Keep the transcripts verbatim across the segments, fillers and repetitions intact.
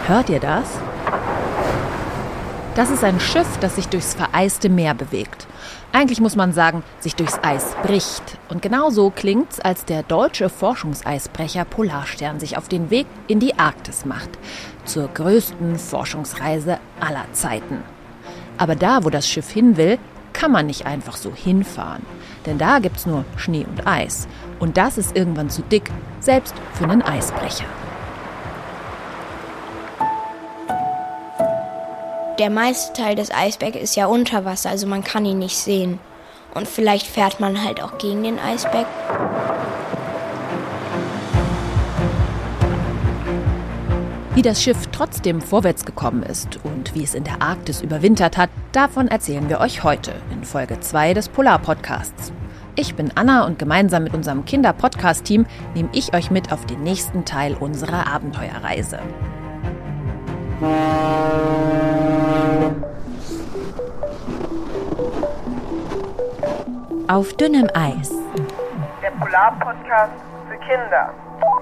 Hört ihr das? Das ist ein Schiff, das sich durchs vereiste Meer bewegt. Eigentlich muss man sagen, sich durchs Eis bricht. Und genau so klingt's, als der deutsche Forschungseisbrecher Polarstern sich auf den Weg in die Arktis macht. Zur größten Forschungsreise aller Zeiten. Aber da, wo das Schiff hin will, kann man nicht einfach so hinfahren. Denn da gibt's nur Schnee und Eis. Und das ist irgendwann zu dick, selbst für einen Eisbrecher. Der meiste Teil des Eisbergs ist ja unter Wasser, also man kann ihn nicht sehen. Und vielleicht fährt man halt auch gegen den Eisberg. Wie das Schiff trotzdem vorwärts gekommen ist und wie es in der Arktis überwintert hat, davon erzählen wir euch heute in Folge zwei des Polar-Podcasts. Ich bin Anna und gemeinsam mit unserem Kinder-Podcast-Team nehme ich euch mit auf den nächsten Teil unserer Abenteuerreise. Auf dünnem Eis. Der Polar-Podcast für Kinder.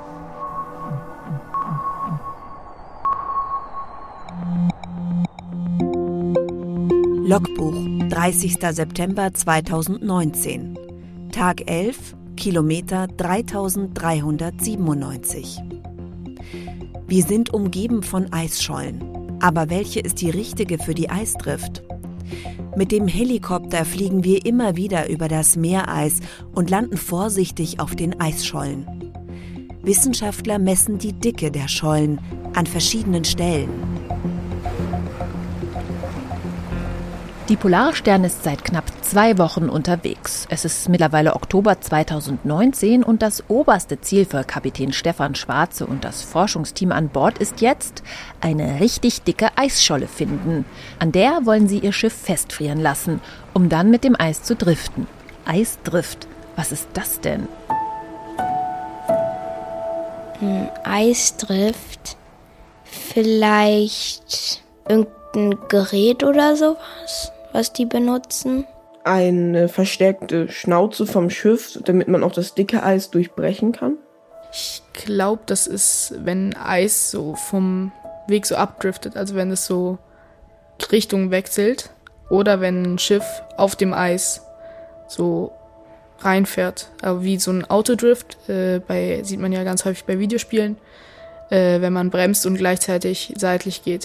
Logbuch, dreißigster September zweitausendneunzehn. Tag elf, Kilometer dreitausenddreihundertsiebenundneunzig. Wir sind umgeben von Eisschollen. Aber welche ist die richtige für die Eisdrift? Mit dem Helikopter fliegen wir immer wieder über das Meereis und landen vorsichtig auf den Eisschollen. Wissenschaftler messen die Dicke der Schollen an verschiedenen Stellen. Die Polarstern ist seit knapp zwei Wochen unterwegs. Es ist mittlerweile Oktober zweitausendneunzehn und das oberste Ziel für Kapitän Stefan Schwarze und das Forschungsteam an Bord ist jetzt eine richtig dicke Eisscholle finden. An der wollen sie ihr Schiff festfrieren lassen, um dann mit dem Eis zu driften. Eisdrift, was ist das denn? Hm, Eisdrift, vielleicht irgendein Gerät oder sowas, was die benutzen? Eine verstärkte Schnauze vom Schiff, damit man auch das dicke Eis durchbrechen kann. Ich glaube, das ist, wenn Eis so vom Weg so abdriftet, also wenn es so Richtung wechselt oder wenn ein Schiff auf dem Eis so reinfährt, aber wie so ein Autodrift, äh, bei, sieht man ja ganz häufig bei Videospielen, äh, wenn man bremst und gleichzeitig seitlich geht.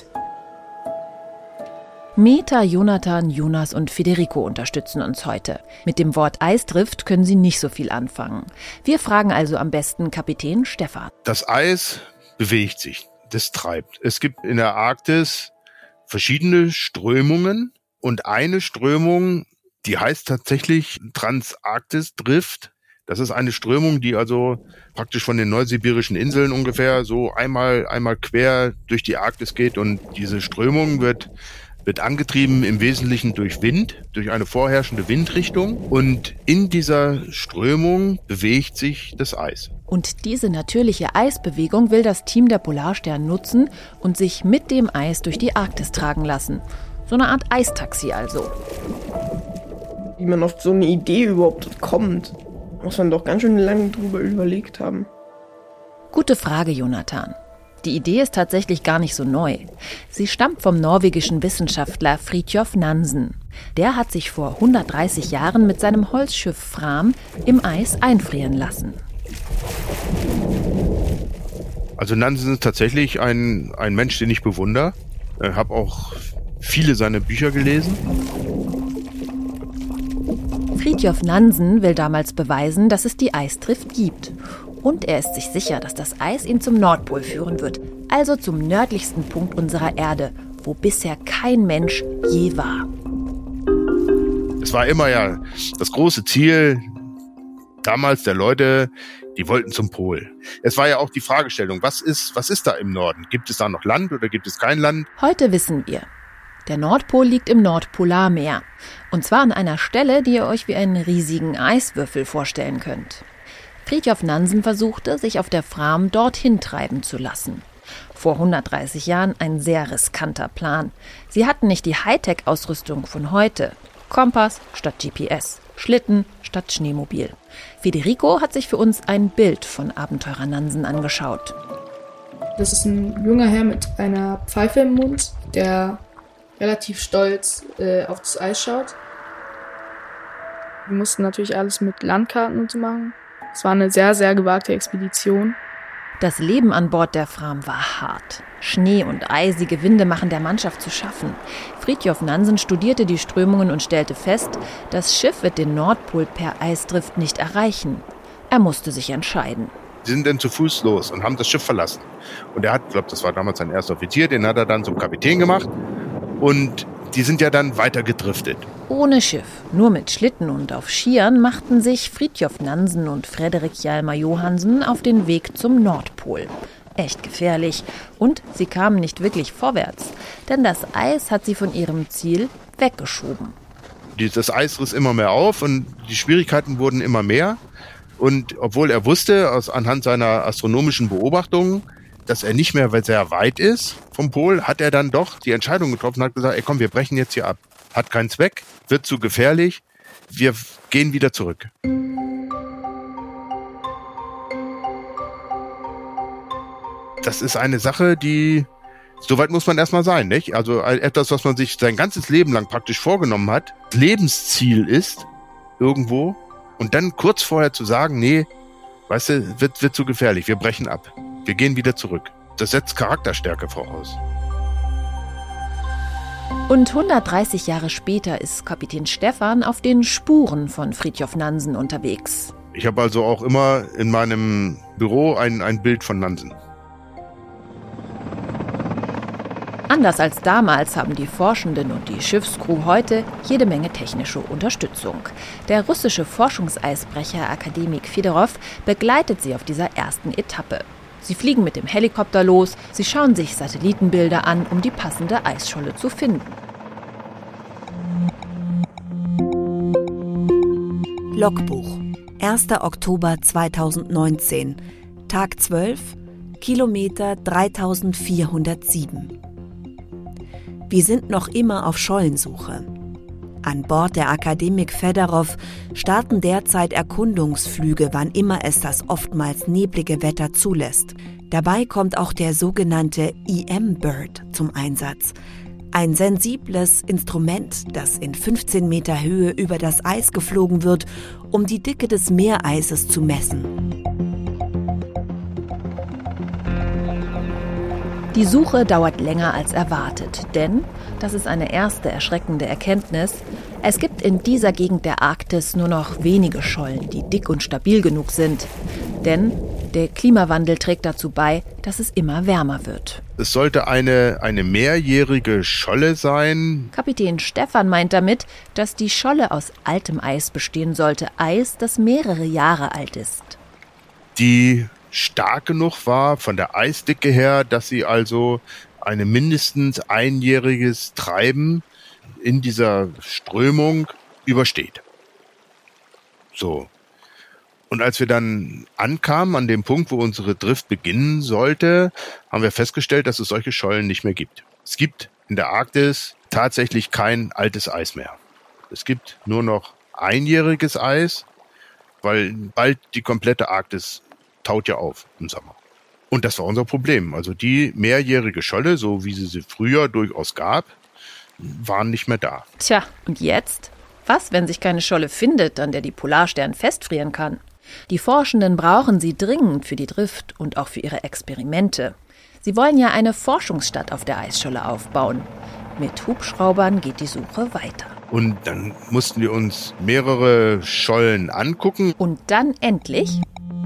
Meta, Jonathan, Jonas und Federico unterstützen uns heute. Mit dem Wort Eisdrift können sie nicht so viel anfangen. Wir fragen also am besten Kapitän Stefan. Das Eis bewegt sich, das treibt. Es gibt in der Arktis verschiedene Strömungen und eine Strömung, die heißt tatsächlich Transarktis-Drift. Das ist eine Strömung, die also praktisch von den neusibirischen Inseln ungefähr so einmal, einmal quer durch die Arktis geht und diese Strömung wird wird angetrieben im Wesentlichen durch Wind, durch eine vorherrschende Windrichtung. Und in dieser Strömung bewegt sich das Eis. Und diese natürliche Eisbewegung will das Team der Polarstern nutzen und sich mit dem Eis durch die Arktis tragen lassen. So eine Art Eistaxi also. Wie man auf so eine Idee überhaupt kommt, muss man doch ganz schön lange drüber überlegt haben. Gute Frage, Jonathan. Die Idee ist tatsächlich gar nicht so neu. Sie stammt vom norwegischen Wissenschaftler Fridtjof Nansen. Der hat sich vor hundertdreißig Jahren mit seinem Holzschiff Fram im Eis einfrieren lassen. Also Nansen ist tatsächlich ein, ein Mensch, den ich bewundere. Ich habe auch viele seiner Bücher gelesen. Fridtjof Nansen will damals beweisen, dass es die Eisdrift gibt. Und er ist sich sicher, dass das Eis ihn zum Nordpol führen wird, also zum nördlichsten Punkt unserer Erde, wo bisher kein Mensch je war. Es war immer ja das große Ziel damals der Leute, die wollten zum Pol. Es war ja auch die Fragestellung, was ist, was ist da im Norden? Gibt es da noch Land oder gibt es kein Land? Heute wissen wir, der Nordpol liegt im Nordpolarmeer. Und zwar an einer Stelle, die ihr euch wie einen riesigen Eiswürfel vorstellen könnt. Fridtjof Nansen versuchte, sich auf der Fram dorthin treiben zu lassen. Vor hundertdreißig Jahren ein sehr riskanter Plan. Sie hatten nicht die Hightech-Ausrüstung von heute. Kompass statt G P S, Schlitten statt Schneemobil. Federico hat sich für uns ein Bild von Abenteurer Nansen angeschaut. Das ist ein junger Herr mit einer Pfeife im Mund, der relativ stolz äh, auf das Eis schaut. Wir mussten natürlich alles mit Landkarten und so machen. Es war eine sehr, sehr gewagte Expedition. Das Leben an Bord der Fram war hart. Schnee und eisige Winde machen der Mannschaft zu schaffen. Fridtjof Nansen studierte die Strömungen und stellte fest, das Schiff wird den Nordpol per Eisdrift nicht erreichen. Er musste sich entscheiden. Sie sind dann zu Fuß los und haben das Schiff verlassen. Und er hat, ich glaube, das war damals sein erster Offizier, den hat er dann zum Kapitän gemacht. Und die sind ja dann weiter gedriftet. Ohne Schiff, nur mit Schlitten und auf Skiern machten sich Fridtjof Nansen und Fredrik Hjalmar Johansen auf den Weg zum Nordpol. Echt gefährlich. Und sie kamen nicht wirklich vorwärts, denn das Eis hat sie von ihrem Ziel weggeschoben. Das Eis riss immer mehr auf und die Schwierigkeiten wurden immer mehr. Und obwohl er wusste, aus, anhand seiner astronomischen Beobachtungen, dass er nicht mehr sehr weit ist vom Pol, hat er dann doch die Entscheidung getroffen und hat gesagt, ey komm, wir brechen jetzt hier ab. Hat keinen Zweck, wird zu gefährlich, wir gehen wieder zurück. Das ist eine Sache, die, so weit muss man erstmal sein, nicht? Also etwas, was man sich sein ganzes Leben lang praktisch vorgenommen hat, Lebensziel ist, irgendwo, und dann kurz vorher zu sagen, nee, weißt du, wird, wird zu gefährlich, wir brechen ab. Wir gehen wieder zurück. Das setzt Charakterstärke voraus. Und hundertdreißig Jahre später ist Kapitän Stefan auf den Spuren von Fridtjof Nansen unterwegs. Ich habe also auch immer in meinem Büro ein, ein Bild von Nansen. Anders als damals haben die Forschenden und die Schiffscrew heute jede Menge technische Unterstützung. Der russische Forschungseisbrecher Akademik Fedorov begleitet sie auf dieser ersten Etappe. Sie fliegen mit dem Helikopter los, sie schauen sich Satellitenbilder an, um die passende Eisscholle zu finden. Logbuch. erster Oktober zweitausendneunzehn. Tag zwölf, Kilometer dreitausendvierhundertsieben. Wir sind noch immer auf Schollensuche. An Bord der Akademik Fedorov starten derzeit Erkundungsflüge, wann immer es das oftmals neblige Wetter zulässt. Dabei kommt auch der sogenannte E M-Bird zum Einsatz. Ein sensibles Instrument, das in fünfzehn Meter Höhe über das Eis geflogen wird, um die Dicke des Meereises zu messen. Die Suche dauert länger als erwartet, denn, das ist eine erste erschreckende Erkenntnis, es gibt in dieser Gegend der Arktis nur noch wenige Schollen, die dick und stabil genug sind. Denn der Klimawandel trägt dazu bei, dass es immer wärmer wird. Es sollte eine, eine mehrjährige Scholle sein. Kapitän Stefan meint damit, dass die Scholle aus altem Eis bestehen sollte, Eis, das mehrere Jahre alt ist. Die stark genug war von der Eisdicke her, dass sie also eine mindestens einjähriges Treiben in dieser Strömung übersteht. So. Und als wir dann ankamen an dem Punkt, wo unsere Drift beginnen sollte, haben wir festgestellt, dass es solche Schollen nicht mehr gibt. Es gibt in der Arktis tatsächlich kein altes Eis mehr. Es gibt nur noch einjähriges Eis, weil bald die komplette Arktis taut ja auf im Sommer. Und das war unser Problem. Also die mehrjährige Scholle, so wie sie sie früher durchaus gab, waren nicht mehr da. Tja, und jetzt? Was, wenn sich keine Scholle findet, an der die Polarstern festfrieren kann? Die Forschenden brauchen sie dringend für die Drift und auch für ihre Experimente. Sie wollen ja eine Forschungsstadt auf der Eisscholle aufbauen. Mit Hubschraubern geht die Suche weiter. Und dann mussten wir uns mehrere Schollen angucken. Und dann endlich...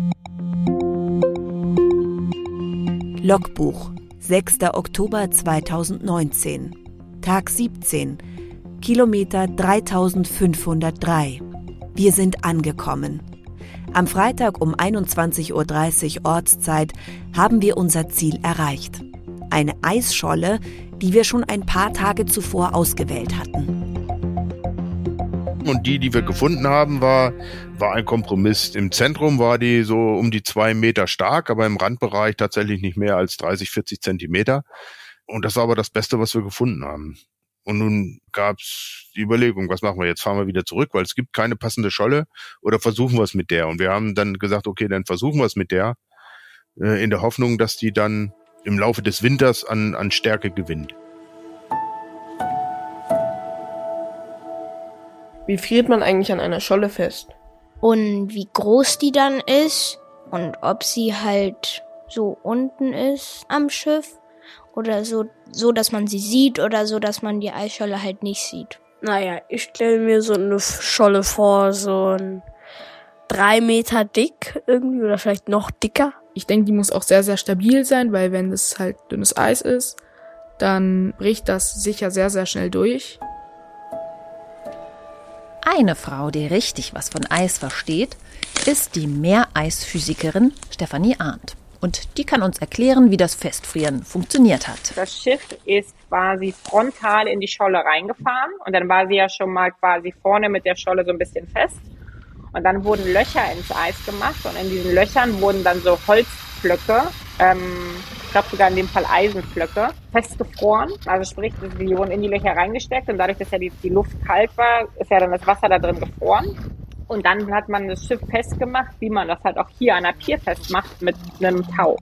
Logbuch, sechster Oktober zweitausendneunzehn. Tag siebzehn, Kilometer dreitausendfünfhundertdrei. Wir sind angekommen. Am Freitag um einundzwanzig Uhr dreißig Ortszeit haben wir unser Ziel erreicht. Eine Eisscholle, die wir schon ein paar Tage zuvor ausgewählt hatten. Und die, die wir gefunden haben, war, war ein Kompromiss. Im Zentrum war die so um die zwei Meter stark, aber im Randbereich tatsächlich nicht mehr als dreißig, vierzig Zentimeter. Und das war aber das Beste, was wir gefunden haben. Und nun gab's die Überlegung, was machen wir jetzt? Fahren wir wieder zurück, weil es gibt keine passende Scholle, oder versuchen wir es mit der? Und wir haben dann gesagt, okay, dann versuchen wir es mit der, äh, in der Hoffnung, dass die dann im Laufe des Winters an, an Stärke gewinnt. Wie friert man eigentlich an einer Scholle fest? Und wie groß die dann ist und ob sie halt so unten ist am Schiff oder so, so dass man sie sieht oder so, dass man die Eisscholle halt nicht sieht. Naja, ich stelle mir so eine Scholle vor, so ein drei Meter dick irgendwie oder vielleicht noch dicker. Ich denke, die muss auch sehr, sehr stabil sein, weil wenn es halt dünnes Eis ist, dann bricht das sicher sehr, sehr schnell durch. Eine Frau, die richtig was von Eis versteht, ist die Meereisphysikerin Stefanie Arndt. Und die kann uns erklären, wie das Festfrieren funktioniert hat. Das Schiff ist quasi frontal in die Scholle reingefahren und dann war sie ja schon mal quasi vorne mit der Scholle so ein bisschen fest. Und dann wurden Löcher ins Eis gemacht und in diesen Löchern wurden dann so Holzpflöcke, ähm, ich glaube sogar in dem Fall Eisenpflöcke, festgefroren. Also sprich, die wurden in die Löcher reingesteckt und dadurch, dass ja die, die Luft kalt war, ist ja dann das Wasser da drin gefroren. Und dann hat man das Schiff festgemacht, wie man das halt auch hier an der Pier festmacht, mit einem Tau.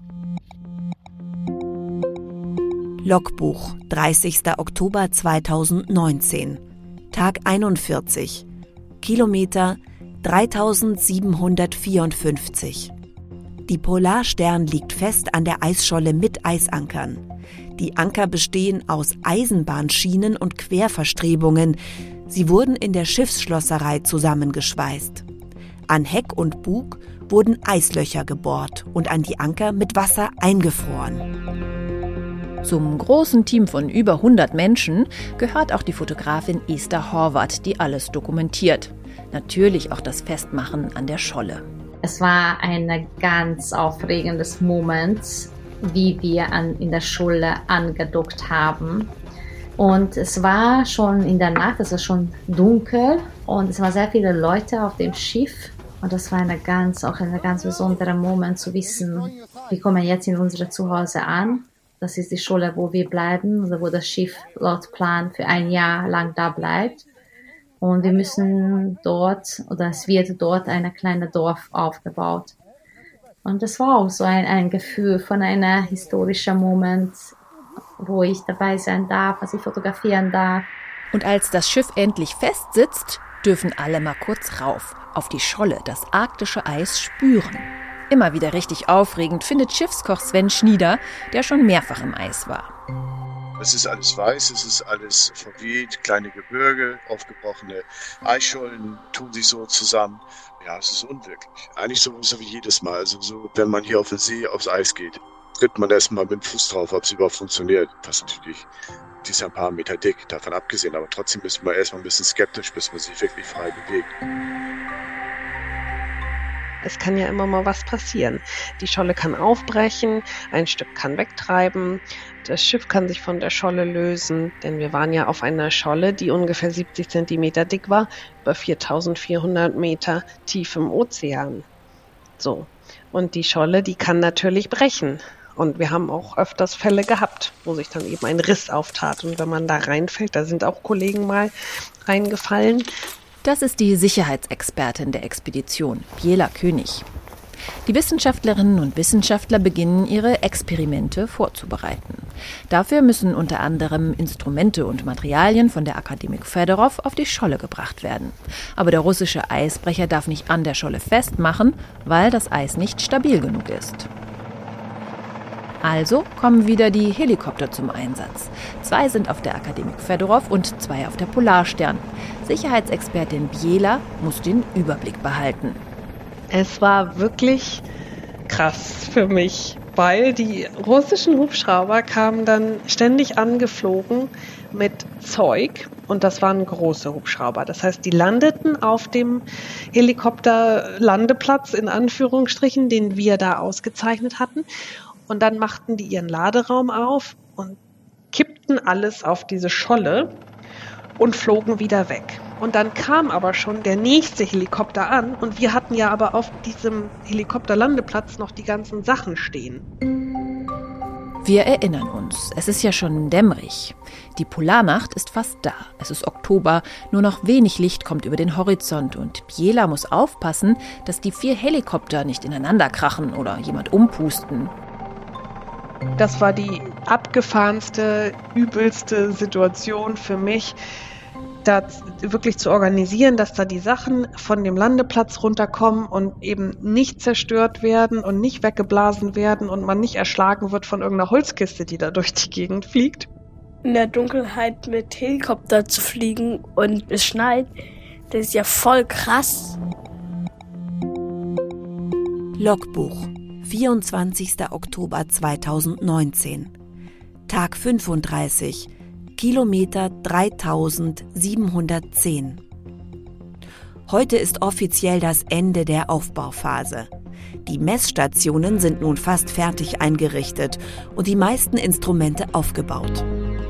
Logbuch, dreißigster Oktober zweitausendneunzehn. Tag einundvierzig. Kilometer dreitausendsiebenhundertvierundfünfzig. Die Polarstern liegt fest an der Eisscholle mit Eisankern. Die Anker bestehen aus Eisenbahnschienen und Querverstrebungen. Sie wurden in der Schiffsschlosserei zusammengeschweißt. An Heck und Bug wurden Eislöcher gebohrt und an die Anker mit Wasser eingefroren. Zum großen Team von über hundert Menschen gehört auch die Fotografin Esther Horvath, die alles dokumentiert. Natürlich auch das Festmachen an der Scholle. Es war ein ganz aufregendes Moment, wie wir an, in der Scholle angedockt haben. Und es war schon in der Nacht, es war schon dunkel und es waren sehr viele Leute auf dem Schiff. Und das war eine ganz, auch ein ganz besonderer Moment zu wissen, wir kommen jetzt in unsere Zuhause an. Das ist die Scholle, wo wir bleiben, oder wo das Schiff laut Plan für ein Jahr lang da bleibt. Und wir müssen dort, oder es wird dort ein kleines Dorf aufgebaut. Und das war auch so ein, ein Gefühl von einem historischen Moment, wo ich dabei sein darf, was ich fotografieren darf. Und als das Schiff endlich festsitzt, dürfen alle mal kurz rauf, auf die Scholle, das arktische Eis spüren. Immer wieder richtig aufregend findet Schiffskoch Sven Schnieder, der schon mehrfach im Eis war. Es ist alles weiß, es ist alles verweht, kleine Gebirge, aufgebrochene Eisschollen tun sich so zusammen. Ja, es ist unwirklich. Eigentlich so, so wie jedes Mal. Also so, wenn man hier auf der See aufs Eis geht, tritt man erstmal mit dem Fuß drauf, ob es überhaupt funktioniert. Was natürlich, die ist ja ein paar Meter dick, davon abgesehen. Aber trotzdem ist man erstmal ein bisschen skeptisch, bis man sich wirklich frei bewegt. Es kann ja immer mal was passieren. Die Scholle kann aufbrechen, ein Stück kann wegtreiben, das Schiff kann sich von der Scholle lösen, denn wir waren ja auf einer Scholle, die ungefähr siebzig Zentimeter dick war, über viertausendvierhundert Meter tief im Ozean. So, und die Scholle, die kann natürlich brechen. Und wir haben auch öfters Fälle gehabt, wo sich dann eben ein Riss auftat. Und wenn man da reinfällt, da sind auch Kollegen mal reingefallen. Das ist die Sicherheitsexpertin der Expedition, Biela König. Die Wissenschaftlerinnen und Wissenschaftler beginnen, ihre Experimente vorzubereiten. Dafür müssen unter anderem Instrumente und Materialien von der Akademik Fedorov auf die Scholle gebracht werden. Aber der russische Eisbrecher darf nicht an der Scholle festmachen, weil das Eis nicht stabil genug ist. Also kommen wieder die Helikopter zum Einsatz. Zwei sind auf der Akademik Fedorov und zwei auf der Polarstern. Sicherheitsexpertin Biela muss den Überblick behalten. Es war wirklich krass für mich, weil die russischen Hubschrauber kamen dann ständig angeflogen mit Zeug und das waren große Hubschrauber. Das heißt, die landeten auf dem Helikopterlandeplatz in Anführungsstrichen, den wir da ausgezeichnet hatten. Und dann machten die ihren Laderaum auf und kippten alles auf diese Scholle und flogen wieder weg. Und dann kam aber schon der nächste Helikopter an und wir hatten ja aber auf diesem Helikopterlandeplatz noch die ganzen Sachen stehen. Wir erinnern uns, es ist ja schon dämmerig. Die Polarnacht ist fast da. Es ist Oktober, nur noch wenig Licht kommt über den Horizont und Biela muss aufpassen, dass die vier Helikopter nicht ineinander krachen oder jemand umpusten. Das war die abgefahrenste, übelste Situation für mich, da wirklich zu organisieren, dass da die Sachen von dem Landeplatz runterkommen und eben nicht zerstört werden und nicht weggeblasen werden und man nicht erschlagen wird von irgendeiner Holzkiste, die da durch die Gegend fliegt. In der Dunkelheit mit Helikopter zu fliegen und es schneit, das ist ja voll krass. Logbuch, vierundzwanzigster Oktober zweitausendneunzehn. Tag fünfunddreißig, Kilometer dreitausendsiebenhundertzehn. Heute ist offiziell das Ende der Aufbauphase. Die Messstationen sind nun fast fertig eingerichtet und die meisten Instrumente aufgebaut.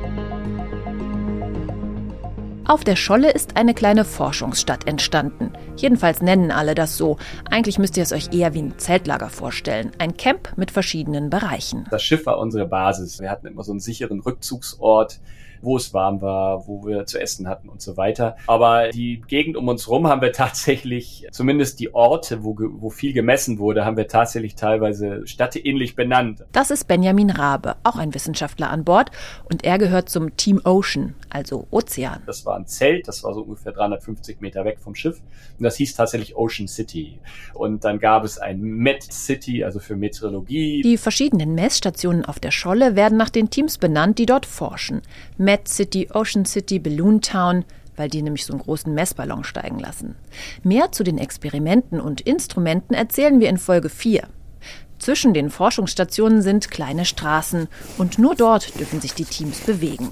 Auf der Scholle ist eine kleine Forschungsstadt entstanden. Jedenfalls nennen alle das so. Eigentlich müsst ihr es euch eher wie ein Zeltlager vorstellen. Ein Camp mit verschiedenen Bereichen. Das Schiff war unsere Basis. Wir hatten immer so einen sicheren Rückzugsort, wo es warm war, wo wir zu essen hatten und so weiter. Aber die Gegend um uns rum haben wir tatsächlich, zumindest die Orte, wo, wo viel gemessen wurde, haben wir tatsächlich teilweise stadtähnlich benannt. Das ist Benjamin Rabe, auch ein Wissenschaftler an Bord. Und er gehört zum Team Ocean, also Ozean. Das war ein Zelt, das war so ungefähr dreihundertfünfzig Meter weg vom Schiff. Und das hieß tatsächlich Ocean City. Und dann gab es ein Met City, also für Meteorologie. Die verschiedenen Messstationen auf der Scholle werden nach den Teams benannt, die dort forschen. Met City, Ocean City, Balloon Town, weil die nämlich so einen großen Messballon steigen lassen. Mehr zu den Experimenten und Instrumenten erzählen wir in Folge vier. Zwischen den Forschungsstationen sind kleine Straßen und nur dort dürfen sich die Teams bewegen.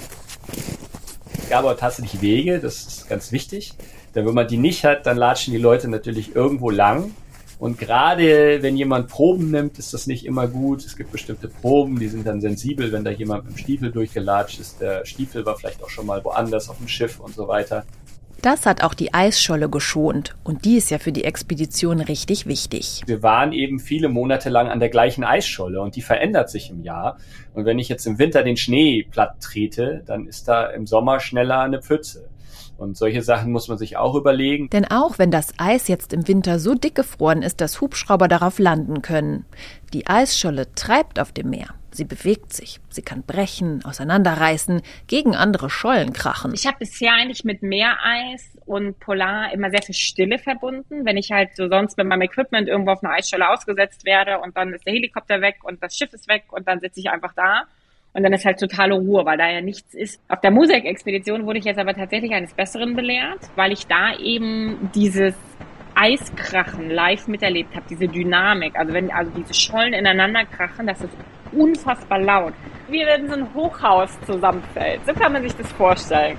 Es gab aber tatsächlich Wege, das ist ganz wichtig. Denn wenn man die nicht hat, dann latschen die Leute natürlich irgendwo lang. Und gerade wenn jemand Proben nimmt, ist das nicht immer gut. Es gibt bestimmte Proben, die sind dann sensibel, wenn da jemand mit dem Stiefel durchgelatscht ist. Der Stiefel war vielleicht auch schon mal woanders auf dem Schiff und so weiter. Das hat auch die Eisscholle geschont. Und die ist ja für die Expedition richtig wichtig. Wir waren eben viele Monate lang an der gleichen Eisscholle und die verändert sich im Jahr. Und wenn ich jetzt im Winter den Schnee platt trete, dann ist da im Sommer schneller eine Pfütze. Und solche Sachen muss man sich auch überlegen. Denn auch wenn das Eis jetzt im Winter so dick gefroren ist, dass Hubschrauber darauf landen können. Die Eisscholle treibt auf dem Meer. Sie bewegt sich. Sie kann brechen, auseinanderreißen, gegen andere Schollen krachen. Ich habe bisher eigentlich mit Meereis und Polar immer sehr viel Stille verbunden. Wenn ich halt so sonst mit meinem Equipment irgendwo auf einer Eisscholle ausgesetzt werde und dann ist der Helikopter weg und das Schiff ist weg und dann sitze ich einfach da. Und dann ist halt totale Ruhe, weil da ja nichts ist. Auf der Mosaic-Expedition wurde ich jetzt aber tatsächlich eines Besseren belehrt, weil ich da eben dieses Eiskrachen live miterlebt habe, diese Dynamik. Also wenn also diese Schollen ineinander krachen, das ist unfassbar laut. Wie wenn so ein Hochhaus zusammenfällt. So kann man sich das vorstellen.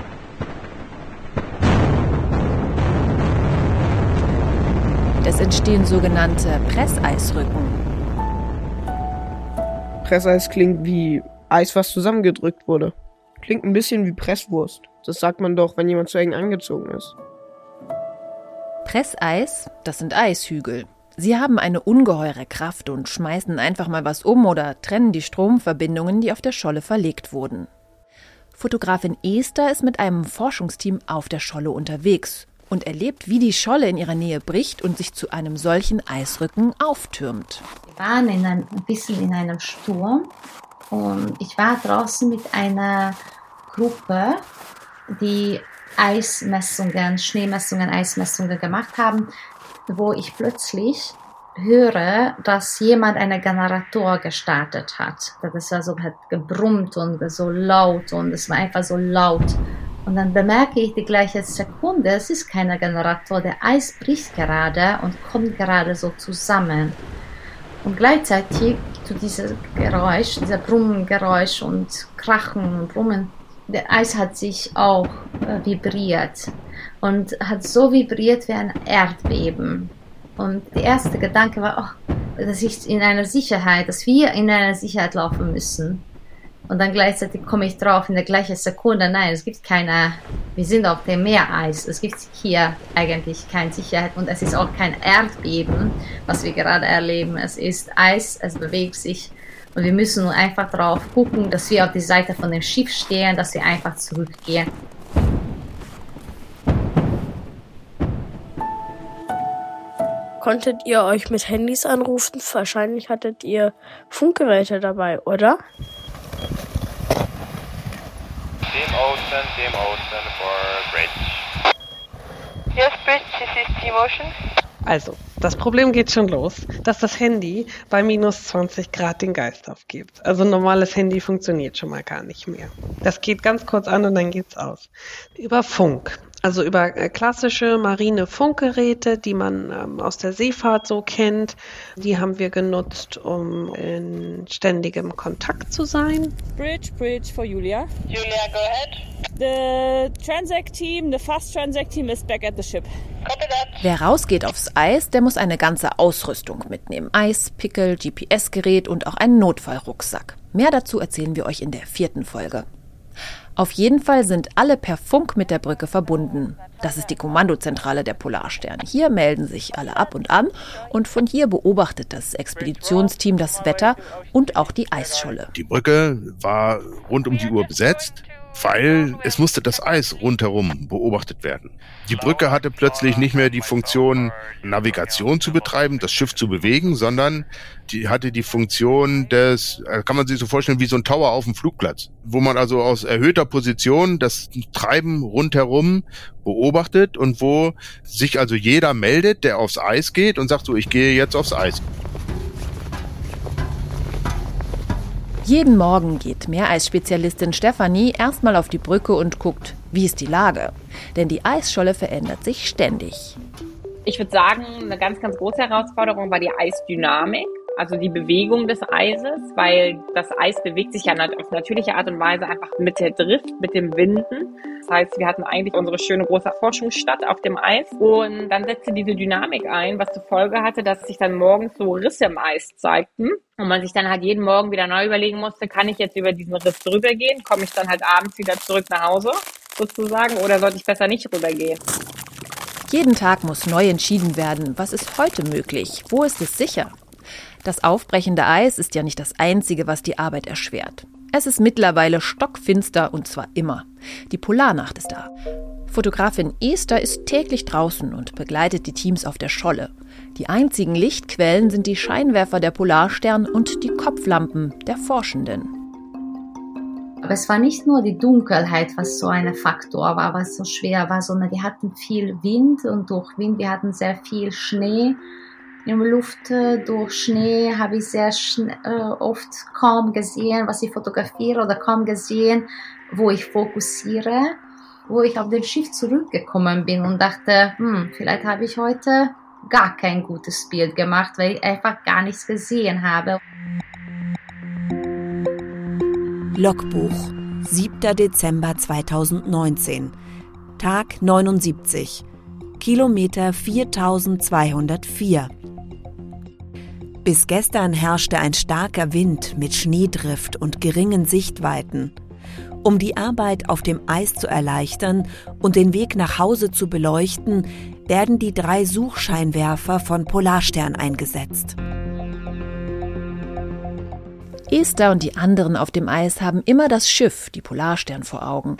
Es entstehen sogenannte Presseisrücken. Presseis klingt wie Eis, was zusammengedrückt wurde. Klingt ein bisschen wie Presswurst. Das sagt man doch, wenn jemand zu eng angezogen ist. Presseis, das sind Eishügel. Sie haben eine ungeheure Kraft und schmeißen einfach mal was um oder trennen die Stromverbindungen, die auf der Scholle verlegt wurden. Fotografin Esther ist mit einem Forschungsteam auf der Scholle unterwegs und erlebt, wie die Scholle in ihrer Nähe bricht und sich zu einem solchen Eisrücken auftürmt. Wir waren in ein, ein bisschen in einem Sturm und ich war draußen mit einer Gruppe, die Eismessungen, Schneemessungen, Eismessungen gemacht haben, wo ich plötzlich höre, dass jemand einen Generator gestartet hat. Das war so, hat gebrummt und so laut und es war einfach so laut. Und dann bemerke ich die gleiche Sekunde, es ist kein Generator, der Eis bricht gerade und kommt gerade so zusammen. Und gleichzeitig zu diesem Geräusch, dieser Brummengeräusch und Krachen und Brummen, der Eis hat sich auch äh, vibriert und hat so vibriert wie ein Erdbeben. Und der erste Gedanke war, oh, dass ich in einer Sicherheit, dass wir in einer Sicherheit laufen müssen. Und dann gleichzeitig komme ich drauf in der gleichen Sekunde, nein, es gibt keine, wir sind auf dem Meereis, es gibt hier eigentlich keine Sicherheit und es ist auch kein Erdbeben, was wir gerade erleben. Es ist Eis, es bewegt sich und wir müssen nur einfach drauf gucken, dass wir auf die Seite von dem Schiff stehen, dass wir einfach zurückgehen. konntet ihr euch mit Handys anrufen? Wahrscheinlich hattet ihr Funkgeräte dabei, oder? Team Ocean, Team Ocean for Bridge. Yes, Bridge, this is Team Ocean. Also, das Problem geht schon los, dass das Handy bei minus zwanzig Grad den Geist aufgibt. Also ein normales Handy funktioniert schon mal gar nicht mehr. Das geht ganz kurz an und dann geht's aus. Über Funk. Also über äh, klassische marine Funkgeräte, die man ähm, aus der Seefahrt so kennt. Die haben wir genutzt, um in ständigem Kontakt zu sein. Bridge, Bridge for Julia. Julia, go ahead. The Transact team, the fast Transact team is back at the ship. Copy that. Wer rausgeht aufs Eis, der muss eine ganze Ausrüstung mitnehmen. Eis, Pickel, G P S-Gerät und auch einen Notfallrucksack. Mehr dazu erzählen wir euch in der vierten Folge. Auf jeden Fall sind alle per Funk mit der Brücke verbunden. Das ist die Kommandozentrale der Polarstern. Hier melden sich alle ab und an und von hier beobachtet das Expeditionsteam das Wetter und auch die Eisscholle. Die Brücke war rund um die Uhr besetzt, weil es musste das Eis rundherum beobachtet werden. Die Brücke hatte plötzlich nicht mehr die Funktion, Navigation zu betreiben, das Schiff zu bewegen, sondern die hatte die Funktion des, kann man sich so vorstellen, wie so ein Tower auf dem Flugplatz, wo man also aus erhöhter Position das Treiben rundherum beobachtet und wo sich also jeder meldet, der aufs Eis geht und sagt so, ich gehe jetzt aufs Eis. Jeden Morgen geht Meereisspezialistin Stefanie erstmal auf die Brücke und guckt, wie ist die Lage. Denn die Eisscholle verändert sich ständig. Ich würde sagen, eine ganz, ganz große Herausforderung war die Eisdynamik, also die Bewegung des Eises, weil das Eis bewegt sich ja auf natürliche Art und Weise einfach mit der Drift, mit dem Winden. Das heißt, wir hatten eigentlich unsere schöne große Forschungsstadt auf dem Eis und dann setzte diese Dynamik ein, was zur Folge hatte, dass sich dann morgens so Risse im Eis zeigten und man sich dann halt jeden Morgen wieder neu überlegen musste, kann ich jetzt über diesen Riss drüber gehen, komme ich dann halt abends wieder zurück nach Hause sozusagen oder sollte ich besser nicht rübergehen? Jeden Tag muss neu entschieden werden, was ist heute möglich, wo ist es sicher? Das aufbrechende Eis ist ja nicht das Einzige, was die Arbeit erschwert. Es ist mittlerweile stockfinster und zwar immer. Die Polarnacht ist da. Fotografin Esther ist täglich draußen und begleitet die Teams auf der Scholle. Die einzigen Lichtquellen sind die Scheinwerfer der Polarstern und die Kopflampen der Forschenden. Aber es war nicht nur die Dunkelheit, was so ein Faktor war, was so schwer war, sondern wir hatten viel Wind und durch Wind, wir hatten sehr viel Schnee. In der Luft durch Schnee habe ich sehr schn- äh, oft kaum gesehen, was ich fotografiere oder kaum gesehen, wo ich fokussiere. Wo ich auf dem Schiff zurückgekommen bin und dachte, hm, vielleicht habe ich heute gar kein gutes Bild gemacht, weil ich einfach gar nichts gesehen habe. Logbuch, siebter Dezember zweitausendneunzehn, Tag neunundsiebzig, Kilometer viertausendzweihundertvier. Bis gestern herrschte ein starker Wind mit Schneedrift und geringen Sichtweiten. Um die Arbeit auf dem Eis zu erleichtern und den Weg nach Hause zu beleuchten, werden die drei Suchscheinwerfer von Polarstern eingesetzt. Esther und die anderen auf dem Eis haben immer das Schiff, die Polarstern, vor Augen.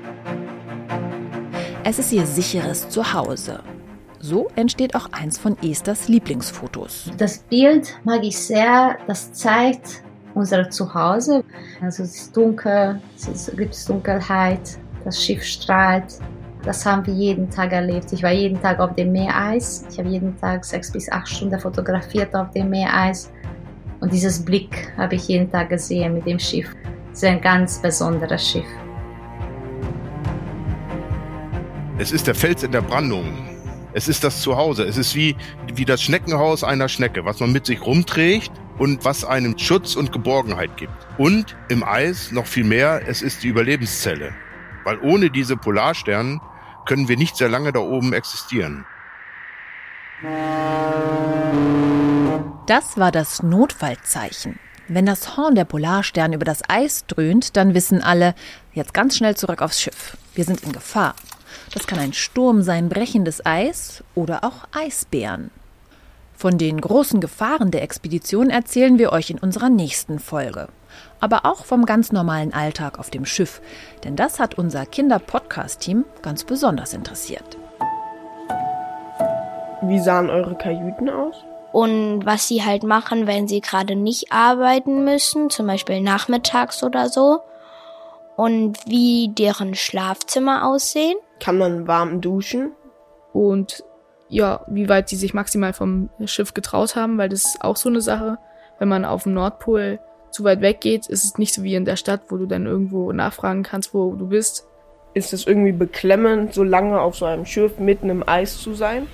Es ist ihr sicheres Zuhause. So entsteht auch eins von Esthers Lieblingsfotos. Das Bild mag ich sehr, das zeigt unser Zuhause. Also es ist dunkel, es gibt Dunkelheit, das Schiff strahlt. Das haben wir jeden Tag erlebt. Ich war jeden Tag auf dem Meereis. Ich habe jeden Tag sechs bis acht Stunden fotografiert auf dem Meereis. Und dieses Blick habe ich jeden Tag gesehen mit dem Schiff. Es ist ein ganz besonderes Schiff. Es ist der Fels in der Brandung. Es ist das Zuhause. Es ist wie, wie das Schneckenhaus einer Schnecke, was man mit sich rumträgt und was einem Schutz und Geborgenheit gibt. Und im Eis noch viel mehr, es ist die Überlebenszelle. Weil ohne diese Polarstern können wir nicht sehr lange da oben existieren. Das war das Notfallzeichen. Wenn das Horn der Polarstern über das Eis dröhnt, dann wissen alle, jetzt ganz schnell zurück aufs Schiff. Wir sind in Gefahr. Das kann ein Sturm sein, brechendes Eis oder auch Eisbären. Von den großen Gefahren der Expedition erzählen wir euch in unserer nächsten Folge. Aber auch vom ganz normalen Alltag auf dem Schiff, denn das hat unser Kinder-Podcast-Team ganz besonders interessiert. Wie sahen eure Kajüten aus? Und was sie halt machen, wenn sie gerade nicht arbeiten müssen, zum Beispiel nachmittags oder so. Und wie deren Schlafzimmer aussehen. Kann man warm duschen? Und ja, wie weit die sich maximal vom Schiff getraut haben, weil das ist auch so eine Sache. Wenn man auf dem Nordpol zu weit weg geht, ist es nicht so wie in der Stadt, wo du dann irgendwo nachfragen kannst, wo du bist. Ist es irgendwie beklemmend, so lange auf so einem Schiff mitten im Eis zu sein?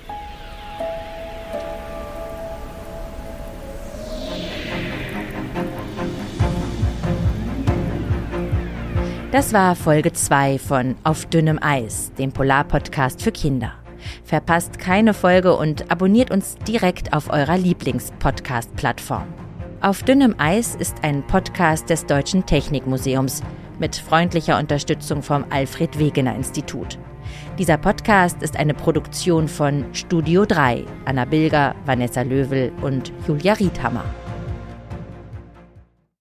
Das war Folge zwei von Auf dünnem Eis, dem Polar-Podcast für Kinder. Verpasst keine Folge und abonniert uns direkt auf eurer Lieblings-Podcast-Plattform. Auf dünnem Eis ist ein Podcast des Deutschen Technikmuseums mit freundlicher Unterstützung vom Alfred-Wegener-Institut. Dieser Podcast ist eine Produktion von Studio drei, Anna Bilger, Vanessa Löwel und Julia Riedhammer.